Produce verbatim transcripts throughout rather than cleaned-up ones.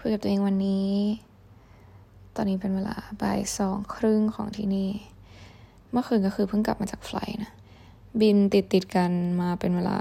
คุยกับตัวเองวันนี้ตอนนี้เป็นเวลาบ่ายสองครึ่งของที่นี่เมื่อคืนก็คือเพิ่งกลับมาจากไฟล์นะบินติดติดกันมาเป็นเวลา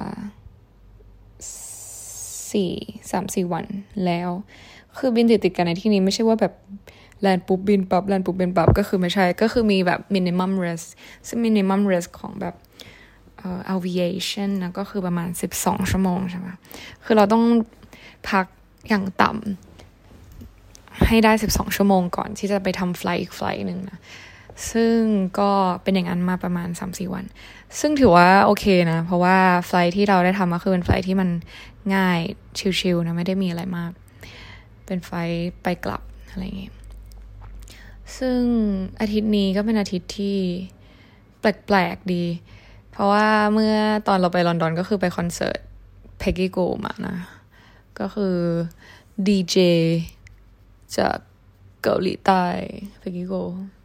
สี่สามสี่วันแล้วคือบินติดติดกันในที่นี้ไม่ใช่ว่าแบบแลนด์ปุ๊บบินปั๊บแลนด์ปุ๊บบินปั๊บก็คือไม่ใช่ก็คือมีแบบ minimum rest ซึ่ง minimum rest ของแบบเอ่อ aviation นะก็คือประมาณสิบสองชั่วโมงใช่ไหมคือเราต้องพักอย่างต่ำให้ได้สิบสองชั่วโมงก่อนที่จะไปทำไฟล์อีกไฟล์นึงนะซึ่งก็เป็นอย่างนั้นมาประมาณ สามสี่ วันซึ่งถือว่าโอเคนะเพราะว่าไฟล์ที่เราได้ทำก็คือเป็นไฟล์ที่มันง่ายชิลๆนะไม่ได้มีอะไรมากเป็นไฟล์ไปกลับอะไรอย่างเงี้ยซึ่งอาทิตย์นี้ก็เป็นอาทิตย์ที่แปลกๆดีเพราะว่าเมื่อตอนเราไปลอนดอนก็คือไปคอนเสิร์ต Peggy Go มานะก็คือดีเจจากเกาหลีใต้ Peggy Go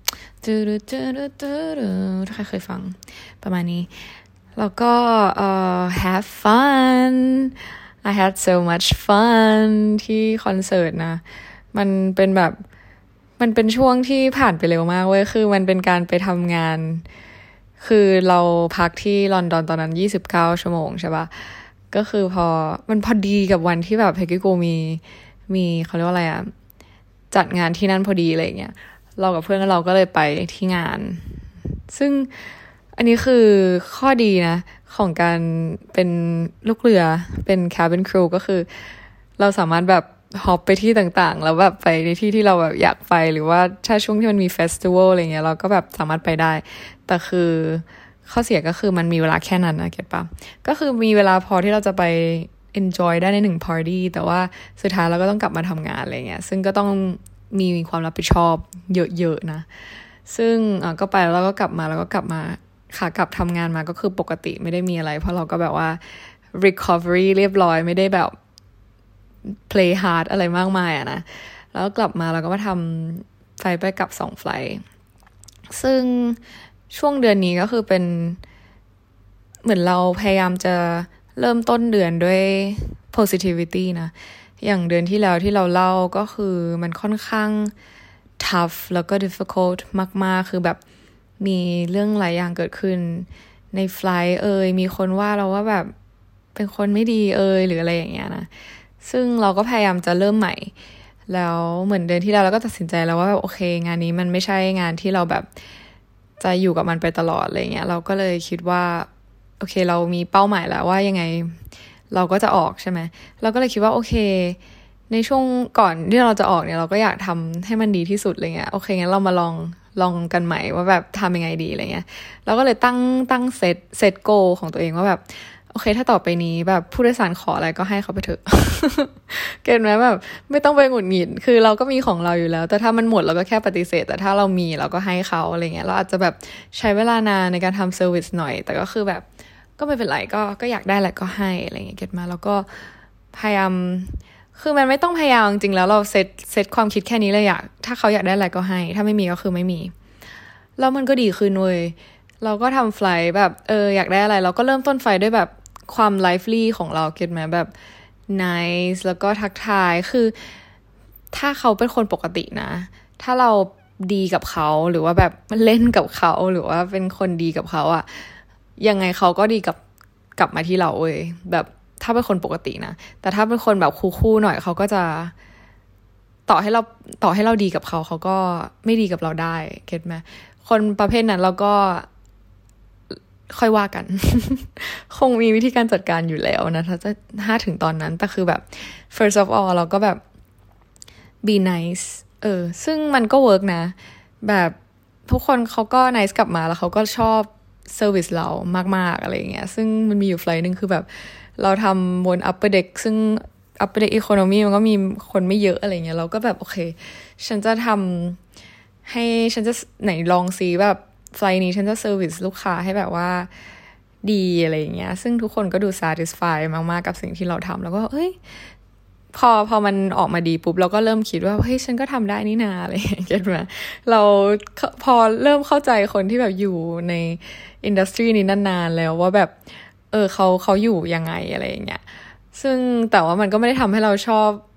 ถ้าใครเคยฟังประมาณนี้แล้วก็เอ่อ have fun I had so much fun ที่คอนเสิร์ตนะมันเป็นแบบมันเป็นช่วงที่ผ่านไปเร็วมากเว้ยคือมันเป็นการไปทำงานคือเราพักที่ลอนดอนตอนนั้นยี่สิบเก้าชั่วโมงใช่ปะก็คือพอมันพอดีกับวันที่แบบ Peggy Go มีมีเขาเรียกว่าอะไรอะจัดงานที่นั่นพอดีอะไรเงี้ยเรากับเพื่อนเราก็เลยไปที่งานซึ่งอันนี้คือข้อดีนะของการเป็นลูกเรือเป็น cabin crew ก็คือเราสามารถแบบฮอปไปที่ต่างๆแล้วแบบไปในที่ที่เราแบบอยากไปหรือว่าถ้าช่วงที่มันมีเฟสติวัลอะไรเงี้ยเราก็แบบสามารถไปได้แต่คือข้อเสียก็คือมันมีเวลาแค่นั้นนะเก็ทป่ะก็คือมีเวลาพอที่เราจะไป enjoy ได้ในหนึ่ง party แต่ว่าสุดท้ายเราก็ต้องกลับมาทำงานอะไรเงี้ยซึ่งก็ต้องมีความรับผิดชอบเยอะๆนะซึ่งอ่ะก็ไปแล้วก็กลับมาแล้วก็กลับมาขากลับทำงานมาก็คือปกติไม่ได้มีอะไรเพราะเราก็แบบว่า recovery เรียบร้อยไม่ได้แบบ play hard อะไรมากมายอะนะแล้วกลับมาเราก็มาทำไฟล์ไปกลับสองไฟล์ซึ่งช่วงเดือนนี้ก็คือเป็นเหมือนเราพยายามจะเริ่มต้นเดือนด้วย positivity นะอย่างเดือนที่แล้วที่เราเล่าก็คือมันค่อนข้าง tough แล้วก็ difficult มากๆคือแบบมีเรื่องหลายอย่างเกิดขึ้นในไฟล์เอ่ยมีคนว่าเราว่าแบบเป็นคนไม่ดีเอ่ยหรืออะไรอย่างเงี้ยนะซึ่งเราก็พยายามจะเริ่มใหม่แล้วเหมือนเดือนที่แล้วเราก็ตัดสินใจแล้วว่าแบบโอเคงานนี้มันไม่ใช่งานที่เราแบบจะอยู่กับมันไปตลอดอะไรเงี้ยเราก็เลยคิดว่าโอเคเรามีเป้าหมายแล้วว่ายังไงเราก็จะออกใช่ไหมเราก็เลยคิดว่าโอเคในช่วงก่อนที่เราจะออกเนี่ยเราก็อยากทำให้มันดีที่สุดอะไรเงี้ยโอเคงั้นเรามาลองลองกันใหม่ว่าแบบทำยังไงดีอะไรเงี้ยเราก็เลยตั้งตั้งเซตเซตโกของตัวเองว่าแบบโอเคถ้าต่อไปนี้แบบผู้โดยสารขออะไรก็ให้เขาไปเถอะ เก็ทไหมแบบไม่ต้องไปหงุดหงิดคือเราก็มีของเราอยู่แล้วแต่ถ้ามันหมดเราก็แค่ปฏิเสธแต่ถ้าเรามีเราก็ให้เขาอะไรเงี้ยเราอาจจะแบบใช้เวลานานในการทำเซอร์วิสหน่อยแต่ก็คือแบบก็ไม่เป็นไรก็ก็อยากได้อะไรก็ให้อะไรเงี้ยเก็ทมาแล้วก็พยายามคือมันไม่ต้องพยายามจริงๆแล้วเราเซตเซตความคิดแค่นี้เลยอยากถ้าเขาอยากได้อะไรก็ให้ถ้าไม่มีก็คือไม่มีแล้วมันก็ดีขึ้นเว้ยเราก็ทำไฟล์แบบเอออยากได้อะไรเราก็เริ่มต้นไฟล์ด้วยแบบความไลฟ์ลี่ของเราเก็ทไหมแบบ nice แล้วก็ทักทายคือถ้าเขาเป็นคนปกตินะถ้าเราดีกับเขาหรือว่าแบบเล่นกับเขาหรือว่าเป็นคนดีกับเขาอะยังไงเขาก็ดีกับกลับมาที่เราเว้ยแบบถ้าเป็นคนปกตินะแต่ถ้าเป็นคนแบบคู่ๆหน่อยเขาก็จะต่อให้เราต่อให้เราดีกับเขาเขาก็ไม่ดีกับเราได้เก็ทไหมคนประเภทนั้นเราก็ค่อยว่ากัน คงมีวิธีการจัดการอยู่แล้วนะถ้าจะถ้าถึงตอนนั้นแต่คือแบบ first of all เราก็แบบ be nice เออซึ่งมันก็เวิร์กนะแบบทุกคนเขาก็ nice กลับมาแล้วเขาก็ชอบเซอร์วิสเรามากๆอะไรอย่างเงี้ยซึ่งมันมีอยู่ไฟล์นึงคือแบบเราทำบน upper deck ซึ่ง upper deck economy มันก็มีคนไม่เยอะอะไรเงี้ยเราก็แบบโอเคฉันจะทำให้ฉันจะไหนลองซีแบบไฟล์นี้ฉันจะเซอร์วิสลูกค้าให้แบบว่าดีอะไรอย่างเงี้ยซึ่งทุกคนก็ดู satisfy มากๆกับสิ่งที่เราทำแล้วก็เอ้ยพอพอมันออกมาดีปุ๊บเราก็เริ่มคิดว่าเฮ้ยฉันก็ทำได้นี่นาอะไรอย่างเงี้ยเก็ทไหมเราพอเริ่มเข้าใจคนที่แบบอยู่ในอินดัสทรีนี้นานๆแล้วว่าแบบเออเขาเขาอยู่ยังไงอะไรอย่างเงี้ยซึ่งแต่ว่ามันก็ไม่ได้ทำให้เราชอบ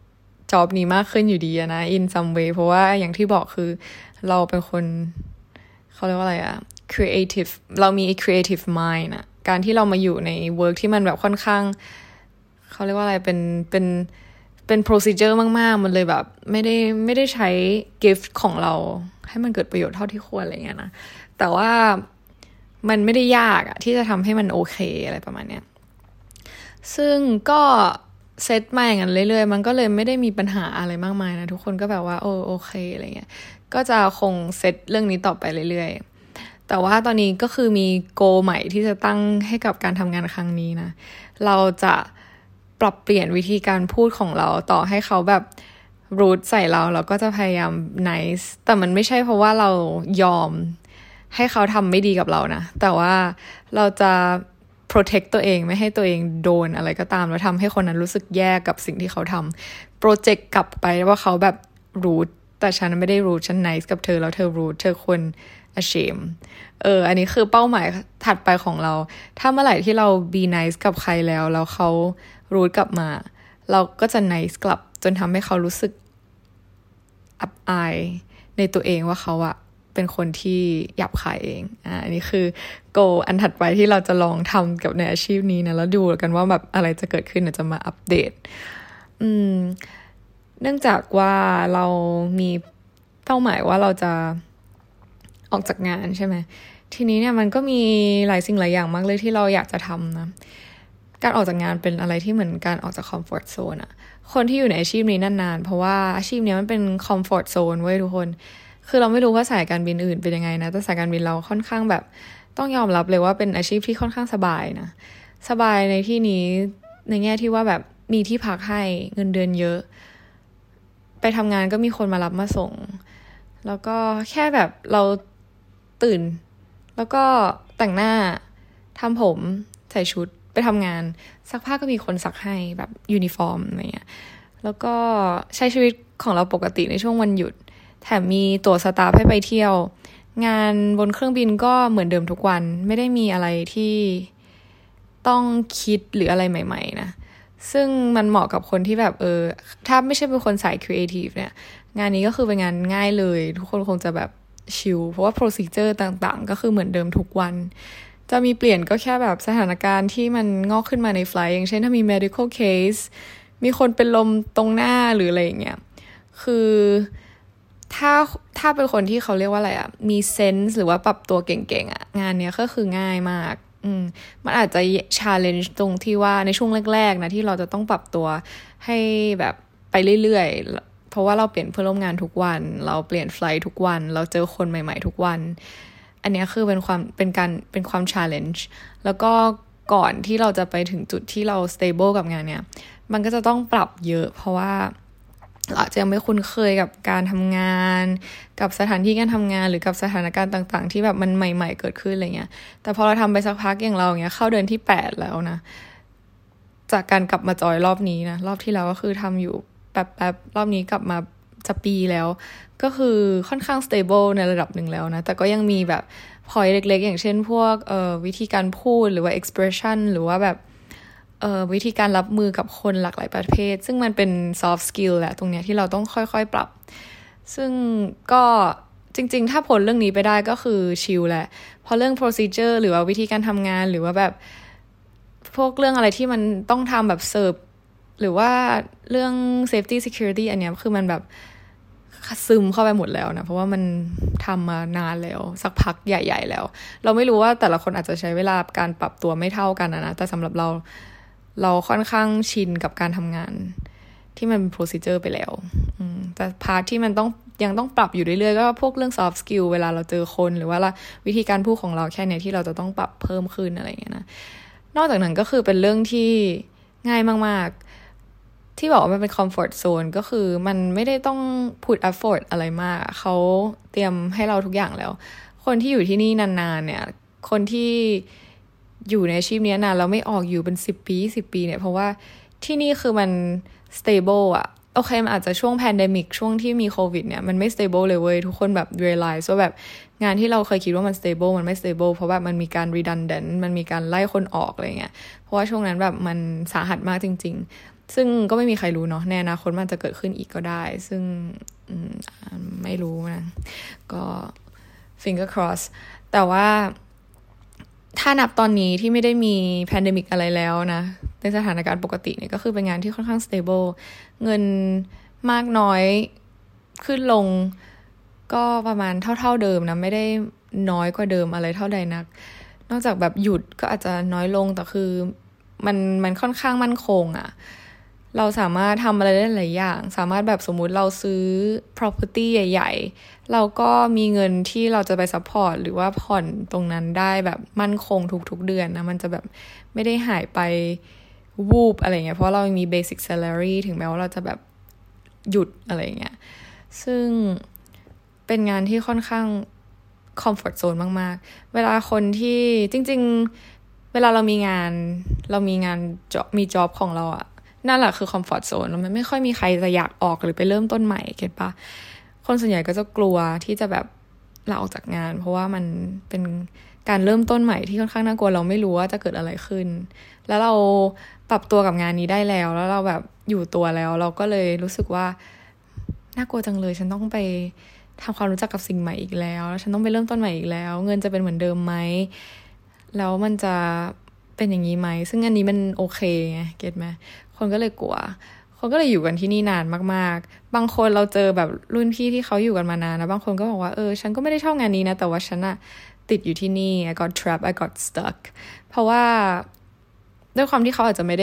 จ็อบนี้มากขึ้นอยู่ดีนะ in some way เพราะว่าอย่างที่บอกคือเราเป็นคนเขาเรียกว่าอะไรอะ creative เรามี creative mind อะการที่เรามาอยู่ใน work ที่มันแบบค่อนข้างเขาเรียกว่าอะไรเป็นเป็นเป็น procedure มากๆมันเลยแบบไม่ได้ไม่ได้ใช้ gift ของเราให้มันเกิดประโยชน์เท่าที่ควรอะไรเงี้ยนะแต่ว่ามันไม่ได้ยากอะที่จะทำให้มันโอเคอะไรประมาณเนี้ยซึ่งก็เซตมาอย่างนั้นเรื่อยๆมันก็เลยไม่ได้มีปัญหาอะไรมากมายนะทุกคนก็แบบว่าโอโอเคอะไรเงี้ยก็จะคงเซตเรื่องนี้ต่อไปเรื่อยๆแต่ว่าตอนนี้ก็คือมีโกใหม่ที่จะตั้งให้กับการทำงานครั้งนี้นะเราจะปรับเปลี่ยนวิธีการพูดของเราต่อให้เขาแบบรูทใส่เราเราก็จะพยายาม nice แต่มันไม่ใช่เพราะว่าเรายอมให้เขาทำไม่ดีกับเรานะแต่ว่าเราจะ protect ตัวเองไม่ให้ตัวเองโดนอะไรก็ตามแล้วทำให้คนนั้นรู้สึกแย่กับสิ่งที่เขาทำโปรเจกต์กลับไปว่าเขาแบบรูทแต่ฉันไม่ได้รูทฉัน nice กับเธอแล้วเธอรูทเธอควร ashamed เอออันนี้คือเป้าหมายถัดไปของเราถ้าเมื่อไหร่ที่เรา be nice กับใครแล้วแล้วเขารูทกลับมาเราก็จะ nice กลับจนทำให้เขารู้สึกอับอายในตัวเองว่าเขาอะเป็นคนที่หยาบคายเองอ่าอันนี้คือ goal อันถัดไปที่เราจะลองทำกับในอาชีพนี้นะแล้วดูกันว่าแบบอะไรจะเกิดขึ้นเดี๋ยวจะมาอัปเดตอืมเนื่องจากว่าเรามีเป้าหมายว่าเราจะออกจากงานใช่ไหมทีนี้เนี่ยมันก็มีหลายสิ่งหลายอย่างมากเลยที่เราอยากจะทำนะการออกจากงานเป็นอะไรที่เหมือนการออกจากคอมฟอร์ตโซนอะคนที่อยู่ในอาชีพนี้นานๆเพราะว่าอาชีพนี้มันเป็นคอมฟอร์ตโซนเว้ยทุกคนคือเราไม่รู้ว่าสายการบินอื่นเป็นยังไงนะแต่สายการบินเราค่อนข้างแบบต้องยอมรับเลยว่าเป็นอาชีพที่ค่อนข้างสบายนะสบายในที่นี้ในแง่ที่ว่าแบบมีที่พักให้เงินเดือนเยอะไปทำงานก็มีคนมารับมาส่งแล้วก็แค่แบบเราตื่นแล้วก็แต่งหน้าทำผมใส่ชุดไปทำงานซักผ้าก็มีคนซักให้แบบยูนิฟอร์มอะไรเงี้ยแล้วก็ใช้ชีวิตของเราปกติในช่วงวันหยุดแถมมีตั๋วสตาฟให้ไปเที่ยวงานบนเครื่องบินก็เหมือนเดิมทุกวันไม่ได้มีอะไรที่ต้องคิดหรืออะไรใหม่ๆนะซึ่งมันเหมาะกับคนที่แบบเออถ้าไม่ใช่เป็นคนสายครีเอทีฟเนี่ยงานนี้ก็คือเป็นงานง่ายเลยทุกคนคงจะแบบชิลเพราะว่า procedure ต่างๆก็คือเหมือนเดิมทุกวันจะมีเปลี่ยนก็แค่แบบสถานการณ์ที่มันงอกขึ้นมาในไฟล์อย่างเช่นถ้ามี medical case มีคนเป็นลมตรงหน้าหรืออะไรอย่างเงี้ยคือถ้าถ้าเป็นคนที่เขาเรียกว่าอะไรอ่ะมีเซนส์หรือว่าปรับตัวเก่งๆอ่ะงานเนี้ยก็คือง่ายมากอืมมันอาจจะ challenge ตรงที่ว่าในช่วงแรกๆนะที่เราจะต้องปรับตัวให้แบบไปเรื่อยๆเพราะว่าเราเปลี่ยนเพื่อนร่วมงานทุกวันเราเปลี่ยนไฟล์ทุกวันเราเจอคนใหม่ๆทุกวันอันนี้คือเป็นความเป็นการเป็นความ challenge แล้วก็ก่อนที่เราจะไปถึงจุดที่เรา stable กับงานเนี้ยมันก็จะต้องปรับเยอะเพราะว่าเราจะยังไม่คุ้นเคยกับการทำงานกับสถานที่การทำงานหรือกับสถานการณ์ต่างๆที่แบบมันใหม่ๆเกิดขึ้นอะไรเงี้ยแต่พอเราทำไปสักพักอย่างเราเงี้ยเข้าเดือนที่แปดแล้วนะจากการกลับมาจอยรอบนี้นะรอบที่แล้วก็คือทำอยู่แป๊บๆรอบนี้กลับมาจะปีแล้วก็คือค่อนข้าง stable ในระดับหนึ่งแล้วนะแต่ก็ยังมีแบบ point เล็กๆอย่างเช่นพวกเอ่อวิธีการพูดหรือว่า expression หรือว่าแบบเอ่อวิธีการรับมือกับคนหลากหลายประเภทซึ่งมันเป็น soft skill แหละตรงเนี้ยที่เราต้องค่อยๆปรับซึ่งก็จริงๆถ้าพ้นเรื่องนี้ไปได้ก็คือชิลแหละพอเรื่อง procedure หรือว่าวิธีการทำงานหรือว่าแบบพวกเรื่องอะไรที่มันต้องทำแบบเสิร์ฟหรือว่าเรื่อง safety security อันเนี้ยคือมันแบบซึมเข้าไปหมดแล้วนะเพราะว่ามันทำมานานแล้วสักพักใหญ่ๆแล้วเราไม่รู้ว่าแต่ละคนอาจจะใช้เวลาการปรับตัวไม่เท่ากันนะแต่สำหรับเราเราค่อนข้างชินกับการทำงานที่มันเป็น procedure ไปแล้วแต่พาร์ทที่มันต้องยังต้องปรับอยู่เรื่อยๆก็พวกเรื่อง soft skill เวลาเราเจอคนหรือว่าวิธีการพูดของเราแค่นี้ที่เราจะต้องปรับเพิ่มขึ้นอะไรอย่างเงี้ยนะนอกจากนั้นก็คือเป็นเรื่องที่ง่ายมากๆที่บอกว่ามันเป็น comfort zone ก็คือมันไม่ได้ต้อง put effort อะไรมากเขาเตรียมให้เราทุกอย่างแล้วคนที่อยู่ที่นี่นานๆเนี่ยคนที่อยู่ในอาชีพนี้นานแล้วไม่ออกอยู่เป็นสิบปียี่สิบปีเนี่ยเพราะว่าที่นี่คือมัน stable อะโอเคมันอาจจะช่วง pandemic ช่วงที่มีโควิดเนี่ยมันไม่ stable เลยเว้ยทุกคนแบบ realize ว่าแบบงานที่เราเคยคิดว่ามัน stable มันไม่ stable เพราะแบบมันมีการ redundant มันมีการไล่คนออกอะไรเงี้ยเพราะว่าช่วงนั้นแบบมันสาหัสมากจริงๆซึ่งก็ไม่มีใครรู้เนาะในอนาคตมันจะเกิดขึ้นอีกก็ได้ซึ่งไม่รู้นะก็ finger cross แต่ว่าถ้านับตอนนี้ที่ไม่ได้มีแพนเดมิกอะไรแล้วนะในสถานการณ์ปกติเนี่ยก็คือเป็นงานที่ค่อนข้าง stable เงินมากน้อยขึ้นลงก็ประมาณเท่าๆเดิมนะไม่ได้น้อยกว่าเดิมอะไรเท่าใดนักนอกจากแบบหยุดก็อาจจะน้อยลงแต่คือมันมันค่อนข้างมั่นคงอะเราสามารถทำอะไรได้หลายอย่างสามารถแบบสมมุติเราซื้อ property ใหญ่ๆเราก็มีเงินที่เราจะไป support หรือว่าผ่อนตรงนั้นได้แบบมั่นคงทุกๆเดือนนะมันจะแบบไม่ได้หายไปวูบอะไรเงี้ยเพราะเรามี basic salary ถึงแม้ว่าเราจะแบบหยุดอะไรเงี้ยซึ่งเป็นงานที่ค่อนข้าง comfort zone มากๆเวลาคนที่จริงๆเวลาเรามีงานเรามีงานมี job ของเราอะนั่นแหละคือ comfort zone แล้วมันไม่ค่อยมีใครจะอยากออกหรือไปเริ่มต้นใหม่เก็ทปะคนส่วนใหญ่ก็จะกลัวที่จะแบบลาออกจากงานเพราะว่ามันเป็นการเริ่มต้นใหม่ที่ค่อนข้างน่ากลัวเราไม่รู้ว่าจะเกิดอะไรขึ้นแล้วเราปรับตัวกับงานนี้ได้แล้วแล้วเราแบบอยู่ตัวแล้วเราก็เลยรู้สึกว่าน่ากลัวจังเลยฉันต้องไปทำความรู้จักกับสิ่งใหม่อีกแล้วแล้วฉันต้องไปเริ่มต้นใหม่อีกแล้วเงินจะเป็นเหมือนเดิมไหมแล้วมันจะเป็นอย่างนี้ไหมซึ่งอันนี้มันโอเคไงเก็ทไหมคนก็เลยกลัวคนก็เลยอยู่กันที่นี่นานมากๆบางคนเราเจอแบบรุ่นพี่ที่เขาอยู่กันมานานนะบางคนก็บอกว่าเออฉันก็ไม่ได้ชอบงานนี้นะแต่ว่าฉันอะติดอยู่ที่นี่ I got trapped I got stuck เพราะว่าด้วยความที่เขาอาจจะไม่ได้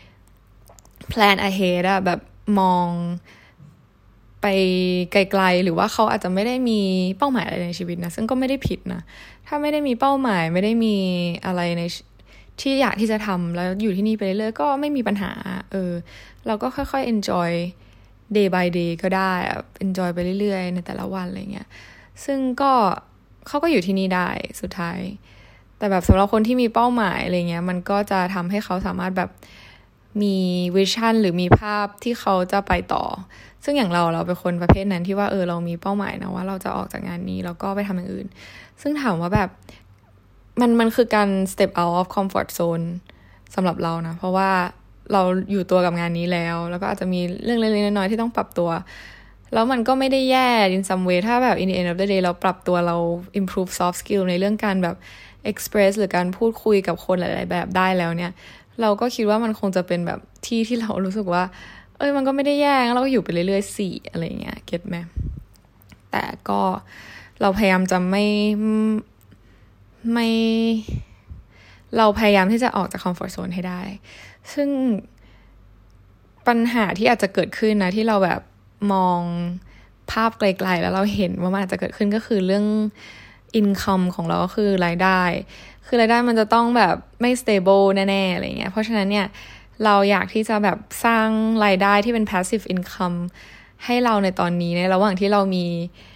plan ahead อะแบบมองไปไกลๆหรือว่าเขาอาจจะไม่ได้มีเป้าหมายอะไรในชีวิตนะซึ่งก็ไม่ได้ผิดนะถ้าไม่ได้มีเป้าหมายไม่ได้มีอะไรในที่อยากที่จะทำแล้วอยู่ที่นี่ไปเรื่อยๆก็ไม่มีปัญหาเออเราก็ค่อยๆ enjoy day by day ก็ได้ enjoy ไปเรื่อยๆในแต่ละวันอะไรเงี้ยซึ่งก็เขาก็อยู่ที่นี่ได้สุดท้ายแต่แบบสำหรับคนที่มีเป้าหมายอะไรเงี้ยมันก็จะทำให้เขาสามารถแบบมีวิชั่นหรือมีภาพที่เขาจะไปต่อซึ่งอย่างเราเราเป็นคนประเภทนั้นที่ว่าเออเรามีเป้าหมายนะว่าเราจะออกจากงานนี้แล้วก็ไปทำอย่างอื่นซึ่งถามว่าแบบมันมันคือการ step out of comfort zone สำหรับเรานะเพราะว่าเราอยู่ตัวกับงานนี้แล้วแล้วก็อาจจะมีเรื่องเล็กๆน้อยๆที่ต้องปรับตัวแล้วมันก็ไม่ได้แย่ in some way ถ้าแบบ in the end of the day เราปรับตัวเรา improve soft skill ในเรื่องการแบบ express หรือการพูดคุยกับคนหลายๆแบบได้แล้วเนี่ยเราก็คิดว่ามันคงจะเป็นแบบที่ที่เรารู้สึกว่าเอ้ยมันก็ไม่ได้แย่เราก็อยู่ไปเรื่อยๆสี่อะไรเงี้ยเก็ทไหมแต่ก็เราพยายามจะไม่ไม่เราพยายามที่จะออกจากคอมฟอร์ตโซนให้ได้ซึ่งปัญหาที่อาจจะเกิดขึ้นนะที่เราแบบมองภาพไกลๆแล้วเราเห็นว่ามันอาจจะเกิดขึ้นก็คือเรื่อง income ของเราก็คือรายได้คือรายได้มันจะต้องแบบไม่ stable แน่ๆอะไรเงี้ยเพราะฉะนั้นเนี่ยเราอยากที่จะแบบสร้างรายได้ที่เป็น passive income ให้เราในตอนนี้ในระหว่างที่เรามี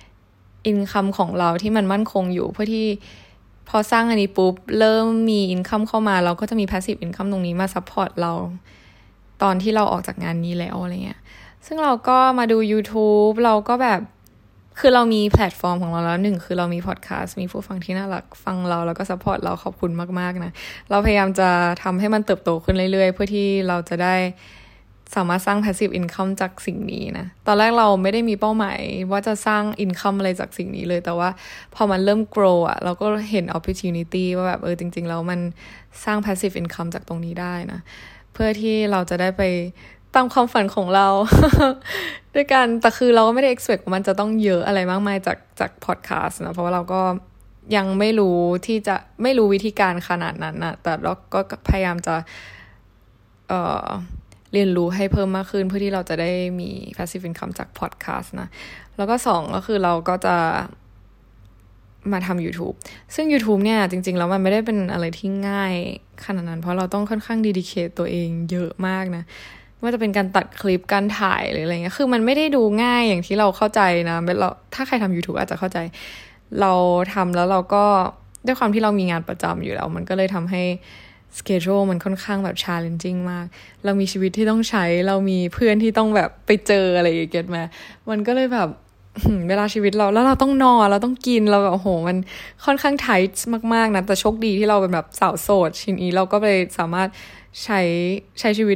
income ของเราที่มันมั่นคงอยู่เพื่อที่พอสร้างอันนี้ปุ๊บเริ่มมี income เข้ามาเราก็จะมี passive income ตรงนี้มา support เราตอนที่เราออกจากงานนี้แล้วอะไรเงี้ยซึ่งเราก็มาดู YouTube เราก็แบบคือเรามีแพลตฟอร์มของเราแล้วหนึ่งคือเรามีพอดแคสต์มีผู้ฟังที่น่ารักฟังเราแล้วก็ซัพพอร์ตเราขอบคุณมากๆนะเราพยายามจะทำให้มันเติบโตขึ้นเรื่อยๆเพื่อที่เราจะได้สามารถสร้าง passive income จากสิ่งนี้นะตอนแรกเราไม่ได้มีเป้าหมายว่าจะสร้าง income อะไรจากสิ่งนี้เลยแต่ว่าพอมันเริ่ม grow อ่ะเราก็เห็น opportunity ว่าแบบเออจริงๆแล้วมันสร้าง passive income จากตรงนี้ได้นะเพื่อที่เราจะได้ไปตามความฝันของเรา ด้วยกันแต่คือเราก็ไม่ได้ expect ว่ามันจะต้องเยอะอะไรมากมายจากจาก podcast นะเพราะว่าเราก็ยังไม่รู้ที่จะไม่รู้วิธีการขนาดนั้นนะแต่เราก็พยายามจะเอ่อเรียนรู้ให้เพิ่มมากขึ้นเพื่อที่เราจะได้มี passive income จาก podcast นะแล้วก็สองก็คือเราก็จะมาทำ YouTube ซึ่ง YouTube เนี่ยจริงๆแล้วมันไม่ได้เป็นอะไรที่ง่ายขนาดนั้นเพราะเราต้องค่อนข้าง dedicate ตัวเองเยอะมากนะว่าจะเป็นการตัดคลิปการถ่ายหรืออะไรเงี้ยคือมันไม่ได้ดูง่ายอย่างที่เราเข้าใจนะเราถ้าใครทำ YouTube อาจจะเข้าใจเราทำแล้วเราก็ด้วยความที่เรามีงานประจำอยู่แล้วมันก็เลยทำให้ schedule มันค่อนข้างแบบ challenging มากเรามีชีวิตที่ต้องใช้เรามีเพื่อนที่ต้องแบบไปเจออะไรอย่างเงี้ยมามันก็เลยแบบเวลาชีวิตเราแล้วเราต้องนอนเราต้องกินเราแบบโหมันค่อนข้างไทท์มากๆนะแต่โชคดีที่เราเป็นแบบสาวโสดทีนี้เราก็ไปสามารถใช้ใช้ชีวิต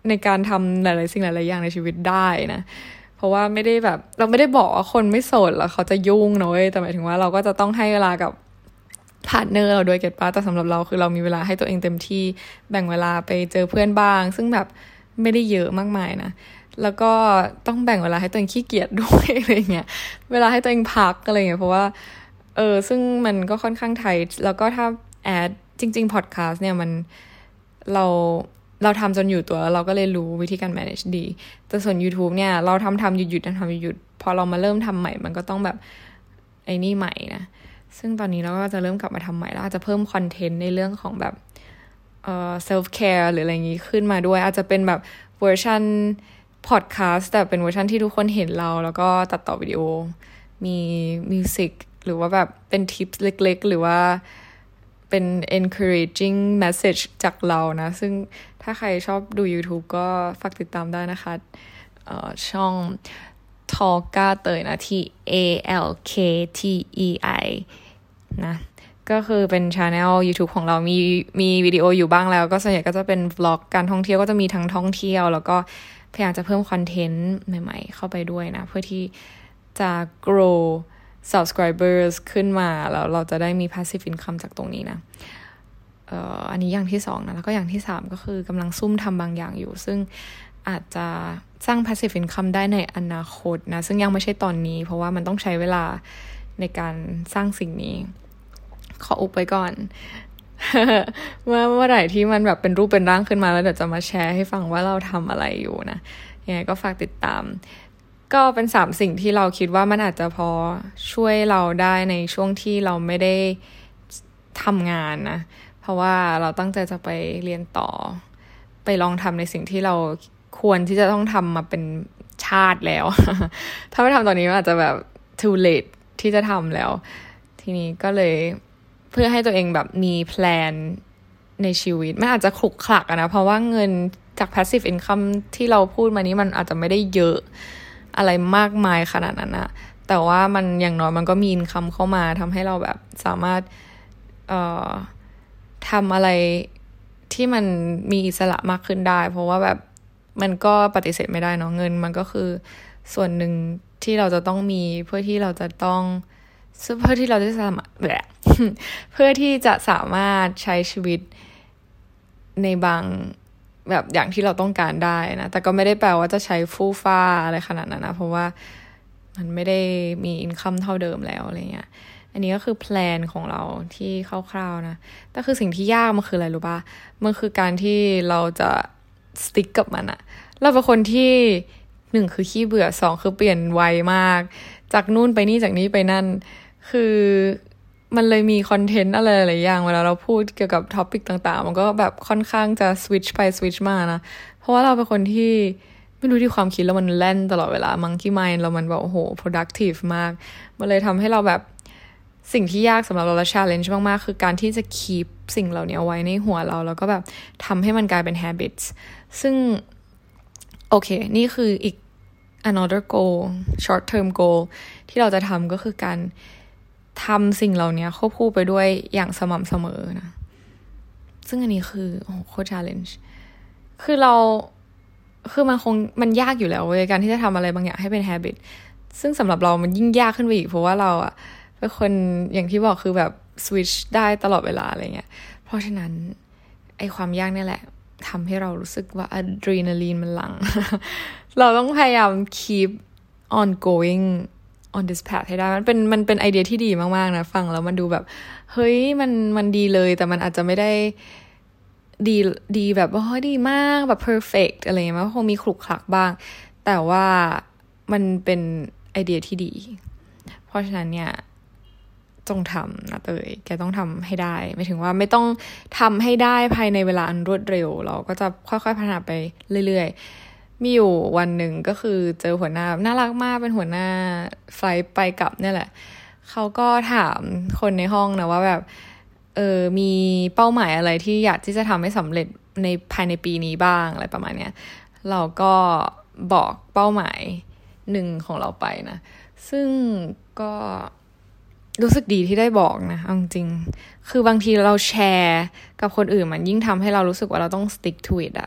ในการทำหลายๆสิ่งหลายๆอย่างในชีวิตได้นะเพราะว่าไม่ได้แบบเราไม่ได้บอกว่าคนไม่โสดแล้วเขาจะยุ่งนะเว้ยแต่หมายถึงว่าเราก็จะต้องให้เวลากับพาร์ทเนอร์เราด้วยเก็ทป่ะแต่สำหรับเราคือเรามีเวลาให้ตัวเองเต็มที่แบ่งเวลาไปเจอเพื่อนบ้างซึ่งแบบไม่ได้เยอะมากมายนะแล้วก็ต้องแบ่งเวลาให้ตัวเองขี้เกียจด้วยอะไรเงี้ยเวลาให้ตัวเองพักอะไรเงี้ยเพราะว่าเออซึ่งมันก็ค่อนข้างไทยแล้วก็ถ้าแอดจริงๆพอดคาสต์เนี่ยมันเราเราทำจนอยู่ตัวแล้วเราก็เลยรู้วิธีการ manage ดีแต่ส่วน YouTube เนี่ยเราทำทำหยุดหยุดทำทำหยุดหยุดพอเรามาเริ่มทำใหม่มันก็ต้องแบบไอ้นี่ใหม่นะซึ่งตอนนี้เราก็จะเริ่มกลับมาทำใหม่แล้วอาจจะเพิ่มคอนเทนต์ในเรื่องของแบบเอ่อ self care หรืออะไรอย่างงี้ขึ้นมาด้วยอาจจะเป็นแบบเวอร์ชันพอดคาสต์แต่เป็นเวอร์ชันที่ทุกคนเห็นเราแล้วก็ตัดต่อวิดีโอมีมิวสิกหรือว่าแบบเป็นทิปเล็กๆหรือว่าเป็น encouraging message จากเรานะซึ่งถ้าใครชอบดู YouTube ก็ฝากติดตามได้นะคะเอ่อช่องทอก้าเตยนะที่ A L K T E I นะก็คือเป็น channel YouTube ของเรามีมีวิดีโออยู่บ้างแล้วก็ส่วนใหญ่ก็จะเป็นวล็อกการท่องเที่ยวก็จะมีทั้งท่องเที่ยวแล้วก็พยายามจะเพิ่มคอนเทนต์ใหม่ๆเข้าไปด้วยนะเพื่อที่จะ grow subscribers ขึ้นมาแล้วเราจะได้มี passive income จากตรงนี้นะเอ่ออันนี้อย่างที่สองนะแล้วก็อย่างที่สามก็คือกำลังซุ่มทำบางอย่างอยู่ซึ่งอาจจะสร้าง passive income ได้ในอนาคตนะซึ่งยังไม่ใช่ตอนนี้เพราะว่ามันต้องใช้เวลาในการสร้างสิ่งนี้ขออุบไว้ก่อน เมื่อเมื่อไหร่ที่มันแบบเป็นรูปเป็นร่างขึ้นมาแล้วเดี๋ยวจะมาแชร์ให้ฟังว่าเราทำอะไรอยู่นะยังไงก็ฝากติดตามก็เป็นสามสิ่งที่เราคิดว่ามันอาจจะพอช่วยเราได้ในช่วงที่เราไม่ได้ทำงานนะเพราะว่าเราตั้งใจจะไปเรียนต่อไปลองทำในสิ่งที่เราควรที่จะต้องทำมาเป็นชาติแล้ว ถ้าไม่ทำตอนนี้มันอาจจะแบบ too late ที่จะทำแล้วทีนี้ก็เลยเพื่อให้ตัวเองแบบมีแพลนในชีวิตมันอาจจะขลุกขลักนะเพราะว่าเงินจาก passive income ที่เราพูดมานี้มันอาจจะไม่ได้เยอะอะไรมากมายขนาดนั้นนะแต่ว่ามันอย่างน้อยมันก็มีอินคัมเข้ามาทำให้เราแบบสามารถเอ่อทำอะไรที่มันมีอิสระมากขึ้นได้เพราะว่าแบบมันก็ปฏิเสธไม่ได้เนาะเงินมันก็คือส่วนหนึ่งที่เราจะต้องมีเพื่อที่เราจะต้องเพื่อที่เราจะสามารถแบบเพื่อที่จะสามารถใช้ชีวิตในบางแบบอย่างที่เราต้องการได้นะแต่ก็ไม่ได้แปลว่าจะใช้ฟู่ฟ้าอะไรขนาดนั้นนะเพราะว่ามันไม่ได้มีอินคัมเท่าเดิมแล้วอะไรเงี้ยอันนี้ก็คือแพลนของเราที่คร่าวๆนะแต่คือสิ่งที่ยากมันคืออะไรรู้ป่ะมันคือการที่เราจะสติ๊กกับมันอะเราเป็นคนที่หนึ่งคือขี้เบื่อสองคือเปลี่ยนไวมากจากนู่นไปนี่จากนี้ไปนั่นคือมันเลยมีคอนเทนต์อะไรหลายอย่างเวลาเราพูดเกี่ยวกับท็อปิกต่างๆมันก็แบบค่อนข้างจะสวิตช์ไปสวิตช์มานะเพราะว่าเราเป็นคนที่ไม่รู้ที่ความคิดแล้วมันแล่นตลอดเวลามังคีมายด์เรามันแบบโอ้โห productive มากมันเลยทำให้เราแบบสิ่งที่ยากสำหรับเราและ challenge มากๆคือการที่จะ keep สิ่งเหล่านี้เอาไว้ในหัวเราแล้วก็แบบทำให้มันกลายเป็น habits ซึ่งโอเคนี่คืออีก another goal short term goal ที่เราจะทำก็คือการทำสิ่งเหล่านี้ควบคู่ไปด้วยอย่างสม่ำเสมอนะซึ่งอันนี้คือโอ้โหโคตร challenge คือเราคือมันคงมันยากอยู่แล้วเว้ยการที่จะทำอะไรบางอย่างให้เป็น habit ซึ่งสำหรับเรามันยิ่งยากขึ้นไปอีกเพราะว่าเราอะเป็นคนอย่างที่บอกคือแบบ switch ได้ตลอดเวลาอะไรเงี้ยเพราะฉะนั้นไอความยากนี่แหละทำให้เรารู้สึกว่าอะดรีนาลีนมันหลั่ง เราต้องพยายาม keep on going on this path ให้ได้มันเป็นมันเป็นไอเดียที่ดีมากๆนะฟังแล้วมันดูแบบเฮ้ยมันมันดีเลยแต่มันอาจจะไม่ได้ดีดีแบบว่าดีมากแบบ perfect อะไรอย่างเงี้ยมันคงมีขลุกขลักบ้างแต่ว่ามันเป็นไอเดียที่ดีเพราะฉะนั้นเนี่ยจงทำนะเตยแกต้องทำให้ได้หมายถึงว่าไม่ต้องทำให้ได้ภายในเวลาอันรวดเร็วเราก็จะค่อยๆพัฒนาไปเรื่อยๆมีอยู่วันหนึ่งก็คือเจอหัวหน้าน่ารักมากเป็นหัวหน้าไฟล์ไปกลับเนี่ยแหละเขาก็ถามคนในห้องนะว่าแบบเออมีเป้าหมายอะไรที่อยากที่จะทำให้สำเร็จในภายในปีนี้บ้างอะไรประมาณเนี้ยเราก็บอกเป้าหมายหนึ่งของเราไปนะซึ่งก็รู้สึกดีที่ได้บอกนะเอาจริงคือบางทีเราแชร์กับคนอื่นมันยิ่งทำให้เรารู้สึกว่าเราต้อง stick to it อะ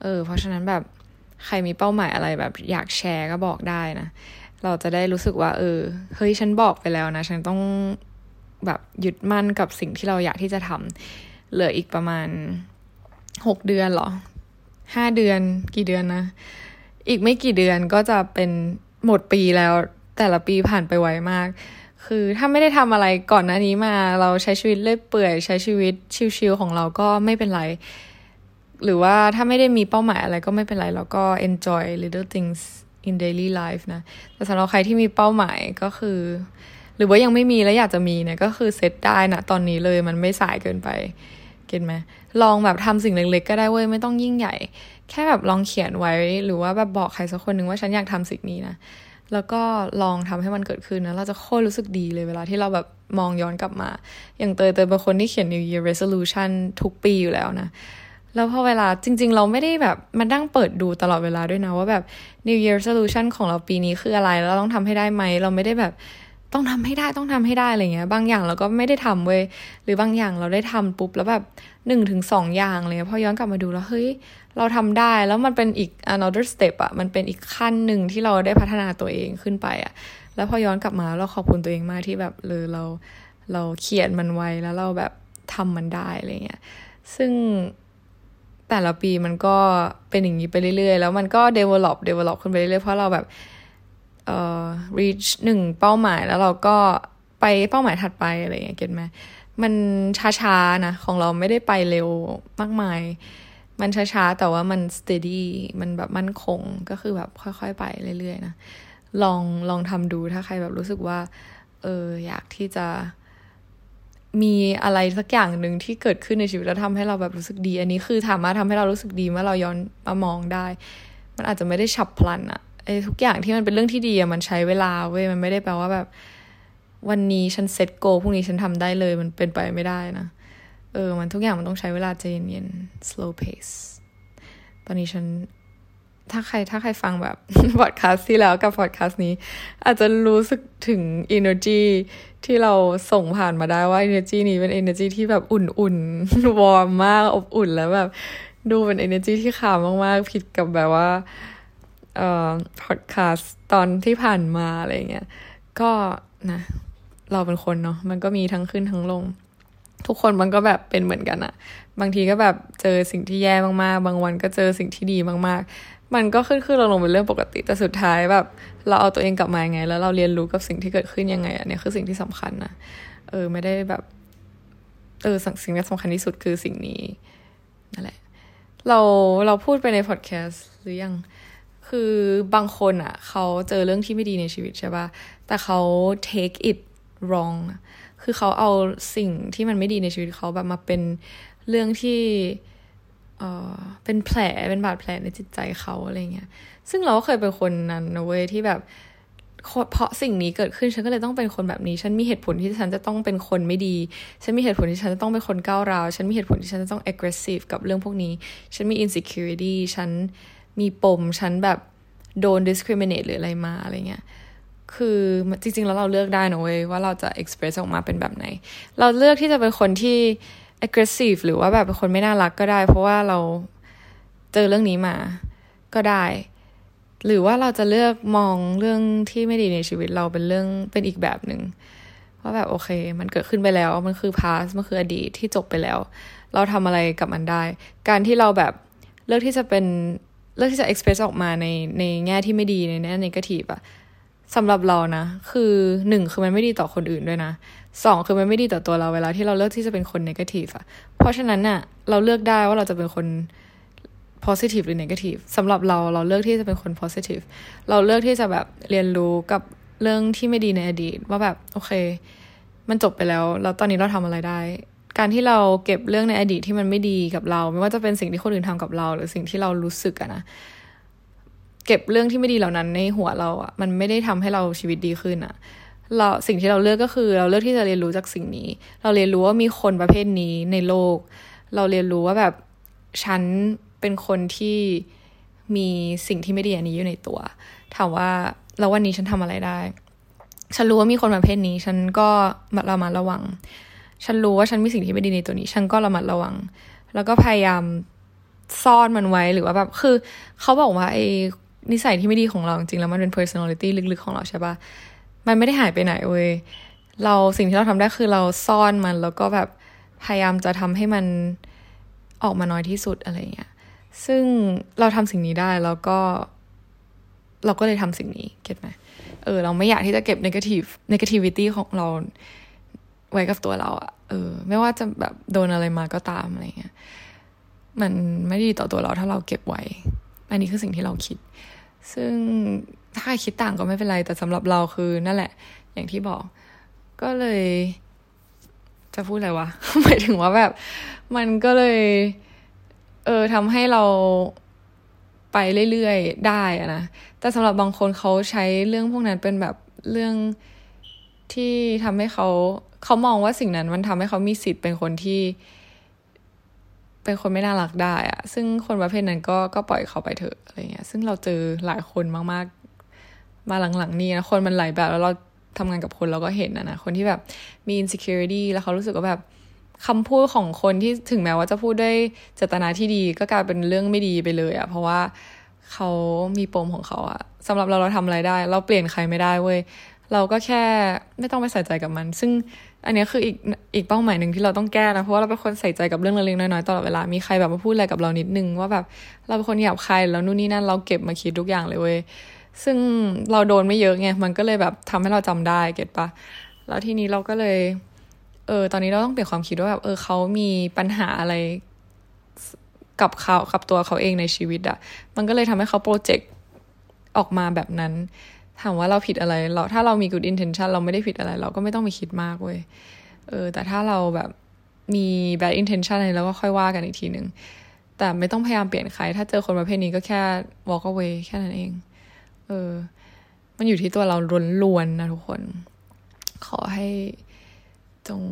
เออเพราะฉะนั้นแบบใครมีเป้าหมายอะไรแบบอยากแชร์ก็บอกได้นะเราจะได้รู้สึกว่าเออเฮ้ยฉันบอกไปแล้วนะฉันต้องแบบยึดมั่นกับสิ่งที่เราอยากที่จะทำเหลืออีกประมาณหกเดือนหรอห้าเดือนกี่เดือนนะอีกไม่กี่เดือนก็จะเป็นหมดปีแล้วแต่ละปีผ่านไปไวมากคือถ้าไม่ได้ทำอะไรก่อนหน้านี้มาเราใช้ชีวิตเรื่อยเปื่อยใช้ชีวิตชิลๆของเราก็ไม่เป็นไรหรือว่าถ้าไม่ได้มีเป้าหมายอะไรก็ไม่เป็นไรเราก็ enjoy little things in daily life นะแต่สำหรับใครที่มีเป้าหมายก็คือหรือว่ายังไม่มีแล้วอยากจะมีเนี่ยก็คือเซตได้นะตอนนี้เลยมันไม่สายเกินไปเก็ทไหมลองแบบทำสิ่งเล็กๆก็ได้เว้ยไม่ต้องยิ่งใหญ่แค่แบบลองเขียนไว้หรือว่าแบบบอกใครสักคนหนึ่งว่าฉันอยากทำสิ่งนี้นะแล้วก็ลองทำให้มันเกิดขึ้นนะเราจะโคตรรู้สึกดีเลยเวลาที่เราแบบมองย้อนกลับมาอย่างเตยเตยเป็นคนที่เขียน New Year Resolution ทุกปีอยู่แล้วนะแล้วพอเวลาจริงๆเราไม่ได้แบบมานั่งเปิดดูตลอดเวลาด้วยนะว่าแบบ New Year Resolution ของเราปีนี้คืออะไรแล้วเราต้องทำให้ได้ไหมเราไม่ได้แบบต้องทำให้ได้ต้องทำให้ได้อะไรเงี้ยบางอย่างเราก็ไม่ได้ทำเว้ยหรือบางอย่างเราได้ทำปุ๊บแล้วแบบหนึ่งถึงสองอย่างเลยพอย้อนกลับมาดูแล้วเฮ้ยเราทำได้แล้วมันเป็นอีก another step อะมันเป็นอีกขั้นหนึ่งที่เราได้พัฒนาตัวเองขึ้นไปอะแล้วพอย้อนกลับมาเราขอบคุณตัวเองมากที่แบบเลยเราเราเขียนมันไว้แล้วเราแบบทำมันได้อะไรเงี้ยซึ่งแต่ละปีมันก็เป็นอย่างนี้ไปเรื่อยๆแล้วมันก็ develop develop ขึ้นไปเรื่อยๆเพราะเราแบบเอ่อ reach หนึ่งเป้าหมายแล้วเราก็ไปเป้าหมายถัดไปอะไรเงี้ยเก็ทไหมมันช้าๆนะของเราไม่ได้ไปเร็วมากมายมันช้าๆแต่ว่ามัน steady มันแบบมั่นคงก็คือแบบค่อยๆไปเรื่อยๆนะลองลองทำดูถ้าใครแบบรู้สึกว่าเอออยากที่จะมีอะไรสักอย่างหนึ่งที่เกิดขึ้นในชีวิตแล้วทำให้เราแบบรู้สึกดีอันนี้คือสามารถทำให้เรารู้สึกดีเมื่อเราย้อนมามองได้มันอาจจะไม่ได้ฉับพลันอะไอ้ทุกอย่างที่มันเป็นเรื่องที่ดีอะมันใช้เวลาเว้ยมันไม่ได้แปลว่าแบบวันนี้ฉันเซตโกพรุ่งนี้ฉันทำได้เลยมันเป็นไปไม่ได้นะเออมันทุกอย่างมันต้องใช้เวลาใจเย็นๆ slow pace ตอนนี้ฉันถ้าใครถ้าใครฟังแบบ พอดคาสต์ที่แล้วกับพอดคาสต์นี้อาจจะรู้สึกถึง energy ที่เราส่งผ่านมาได้ว่า energy นี้เป็น energy ที่แบบอุ่นๆ วอร์มมากอบอุ่นแล้วแบบดูเป็น energy ที่ขาวมากๆผิดกับแบบว่าเอ่อพอดคาสต์ตอนที่ผ่านมาอะไรเงี้ยก็นะเราเป็นคนเนาะมันก็มีทั้งขึ้นทั้งลงทุกคนมันก็แบบเป็นเหมือนกันอะบางทีก็แบบเจอสิ่งที่แย่มากๆบางวันก็เจอสิ่งที่ดีมากๆมันก็ขึ้นขึ้นลงลงเป็นเรื่องปกติแต่สุดท้ายแบบเราเอาตัวเองกลับมาไงแล้วเราเรียนรู้กับสิ่งที่เกิดขึ้นยังไงอันนี้คือสิ่งที่สำคัญนะเออไม่ได้แบบเออสิ่งที่สำคัญที่สุดคือสิ่งนี้นั่นแหละเราเราพูดไปในพอดแคสต์หรือยังคือบางคนอ่ะเขาเจอเรื่องที่ไม่ดีในชีวิตใช่ป่ะแต่เขา take it wrong คือเขาเอาสิ่งที่มันไม่ดีในชีวิตเขาแบบมาเป็นเรื่องที่เอ่อเป็นแผลเป็นบาดแผลในจิตใจเขาอะไรเงี้ยซึ่งเราก็เคยเป็นคนนั้นนะเว้ยที่แบบเพราะสิ่งนี้เกิดขึ้นฉันก็เลยต้องเป็นคนแบบนี้ฉันมีเหตุผลที่ฉันจะต้องเป็นคนไม่ดีฉันมีเหตุผลที่ฉันจะต้องเป็นคนก้าวร้าวฉันมีเหตุผลที่ฉันจะต้อง aggressive กับเรื่องพวกนี้ฉันมี insecurity ฉันมีปมฉันแบบโดน discriminate หรืออะไรมาอะไรเงี้ยคือจริงๆแล้วเราเลือกได้นะเว้ยว่าเราจะ express ออกมาเป็นแบบไหนเราเลือกที่จะเป็นคนที่ aggressive หรือว่าแบบเป็นคนไม่น่ารักก็ได้เพราะว่าเราเจอเรื่องนี้มาก็ได้หรือว่าเราจะเลือกมองเรื่องที่ไม่ดีในชีวิตเราเป็นเรื่องเป็นอีกแบบหนึ่งว่าแบบโอเคมันเกิดขึ้นไปแล้วมันคือ past มันคืออดีตที่จบไปแล้วเราทำอะไรกับมันได้การที่เราแบบเลือกที่จะเป็นเลือกที่จะ express ออกมาในในแง่ที่ไม่ดีในแง่ negative อะสำหรับเรานะคือหนึ่งคือมันไม่ดีต่อคนอื่นด้วยนะสองคือมันไม่ดีต่อตัวเราเวลาที่เราเลือกที่จะเป็นคน negative อะเพราะฉะนั้นน่ะเราเลือกได้ว่าเราจะเป็นคน positive หรือ negative สำหรับเราเราเลือกที่จะเป็นคน positive เราเลือกที่จะแบบเรียนรู้กับเรื่องที่ไม่ดีในอดีตว่าแบบโอเคมันจบไปแล้วแล้วตอนนี้เราทำอะไรได้การที่เราเก็บเรื่องในอดีตที่มันไม่ดีกับเราไม่ว่าจะเป็นสิ่งที่คนอื่นทำกับเราหรือสิ่งที่เรารู้สึกอะนะเก็บเรื่องที่ไม่ดีเหล่านั้นในหัวเราอะมันไม่ได้ทำให้เราชีวิตดีขึ้นอะเราสิ่งที่เราเลือกก็คือเราเลือกที่จะเรียนรู้จากสิ่งนี้เราเรียนรู้ว่ามีคนประเภทนี้ในโลกเราเรียนรู้ว่าแบบฉันเป็นคนที่มีสิ่งที่ไม่ดีอันนี้อยู่ในตัวถามว่าแล้ววันนี้ฉันทำอะไรได้ฉันรู้ว่ามีคนประเภทนี้ฉันก็ระมัดระวังฉันรู้ว่าฉันมีสิ่งที่ไม่ดีในตัวนี้ฉันก็ระมัดระวังแล้วก็พยายามซ่อนมันไว้หรือว่าแบบคือเขาบอกว่าไอ้นิสัยที่ไม่ดีของเราจริงๆแล้วมันเป็น personality ลึกๆของเราใช่ปะมันไม่ได้หายไปไหนเว้ยเราสิ่งที่เราทำได้คือเราซ่อนมันแล้วก็แบบพยายามจะทำให้มันออกมาน้อยที่สุดอะไรเงี้ยซึ่งเราทำสิ่งนี้ได้แล้วก็เราก็เลยทำสิ่งนี้เก็ตไหมเออเราไม่อยากที่จะเก็บ negative negativity ของเราไว้กับตัวเราอะเออไม่ว่าจะแบบโดนอะไรมาก็ตามอะไรเงี้ยมันไม่ดีต่อตัวเราถ้าเราเก็บไว้อันนี้คือสิ่งที่เราคิดซึ่งถ้าใครคิดต่างก็ไม่เป็นไรแต่สำหรับเราคือนั่นแหละอย่างที่บอกก็เลยจะพูดอะไรวะ หมายถึงว่าแบบมันก็เลยเออทำให้เราไปเรื่อยๆได้อะนะแต่สำหรับบางคนเขาใช้เรื่องพวกนั้นเป็นแบบเรื่องที่ทำให้เขาเขามองว่าสิ่งนั้นมันทำให้เขามีสิทธิ์เป็นคนที่เป็นคนไม่น่ารักได้อะซึ่งคนประเภทนั้นก็ก็ปล่อยเขาไปเถอะอะไรเงี้ยซึ่งเราเจอหลายคนมากๆมาหลังๆนี้นะคนมันหลายแบบแล้วเราทำงานกับคนเราก็เห็นนะนะคนที่แบบมี insecurity แล้วเขารู้สึกว่าแบบคำพูดของคนที่ถึงแม้ว่าจะพูดด้วยเจตนาที่ดีก็กลายเป็นเรื่องไม่ดีไปเลยอะเพราะว่าเขามีปมของเขาอะสำหรับเราเราทำอะไรได้เราเปลี่ยนใครไม่ได้เว้ยเราก็แค่ไม่ต้องไปใส่ใจกับมันซึ่งอันนี้คืออีกอีกเป้าหมายหนึ่งที่เราต้องแก้นะเพราะว่าเราเป็นคนใส่ใจกับเรื่องเล็กๆน้อยๆตลอดเวลามีใครแบบมาพูดอะไรกับเรานิดนึงว่าแบบเราเป็นคนหยาบคายแล้วนู่นนี่นั่นเราเก็บมาคิดทุกอย่างเลยเว้ยซึ่งเราโดนไม่เยอะไงมันก็เลยแบบทำให้เราจำได้เก็ตปะแล้วทีนี้เราก็เลยเออตอนนี้เราต้องเปลี่ยนความคิดว่าแบบเออเขามีปัญหาอะไรกับเขากับตัวเขาเองในชีวิตอะมันก็เลยทำให้เขาโปรเจกต์ออกมาแบบนั้นถามว่าเราผิดอะไรเราถ้าเรามี good intention เราไม่ได้ผิดอะไรเราก็ไม่ต้องไปคิดมากเว้ยเออแต่ถ้าเราแบบมี bad intention อะไรเราก็ค่อยว่ากันอีกทีนึงแต่ไม่ต้องพยายามเปลี่ยนใครถ้าเจอคนประเภทนี้ก็แค่ walk away แค่นั้นเองเออมันอยู่ที่ตัวเราล้วนๆนะทุกคนขอให้จง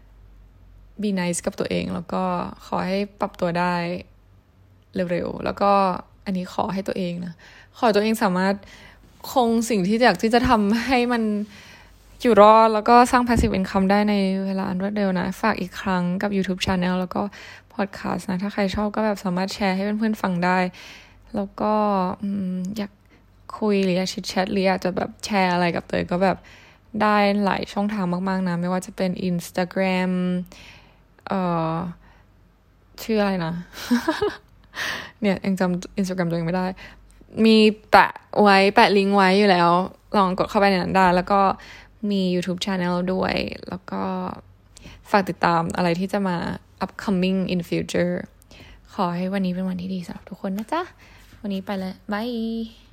be nice กับตัวเองแล้วก็ขอให้ปรับตัวได้เร็วๆแล้วก็อันนี้ขอให้ตัวเองนะขอตัวเองสามารถคงสิ่งที่อยากที่จะทำให้มันอยู่รอดแล้วก็สร้าง passive income ได้ในเวลาอันรวดเร็วนะฝากอีกครั้งกับ YouTube Channel แล้วก็ Podcast นะถ้าใครชอบก็แบบสามารถแชร์ให้เพื่อนๆฟังได้แล้วก็อยากคุยหรืออยากชิดแชทหรืออยากจะแบบแชร์อะไรกับเตยก็แบบได้หลายช่องทางมากๆนะไม่ว่าจะเป็น Instagram เอ่อชื่ออะไรนะ เนี่ยยังจำ Instagram ตัวเองไม่ได้มีแปะไว้แปะลิงก์ไว้อยู่แล้วลองกดเข้าไปในนั้นได้แล้วก็มี YouTube Channel ด้วยแล้วก็ฝากติดตามอะไรที่จะมา upcoming in future ขอให้วันนี้เป็นวันที่ดีสำหรับทุกคนนะจ๊ะวันนี้ไปแล้วบาย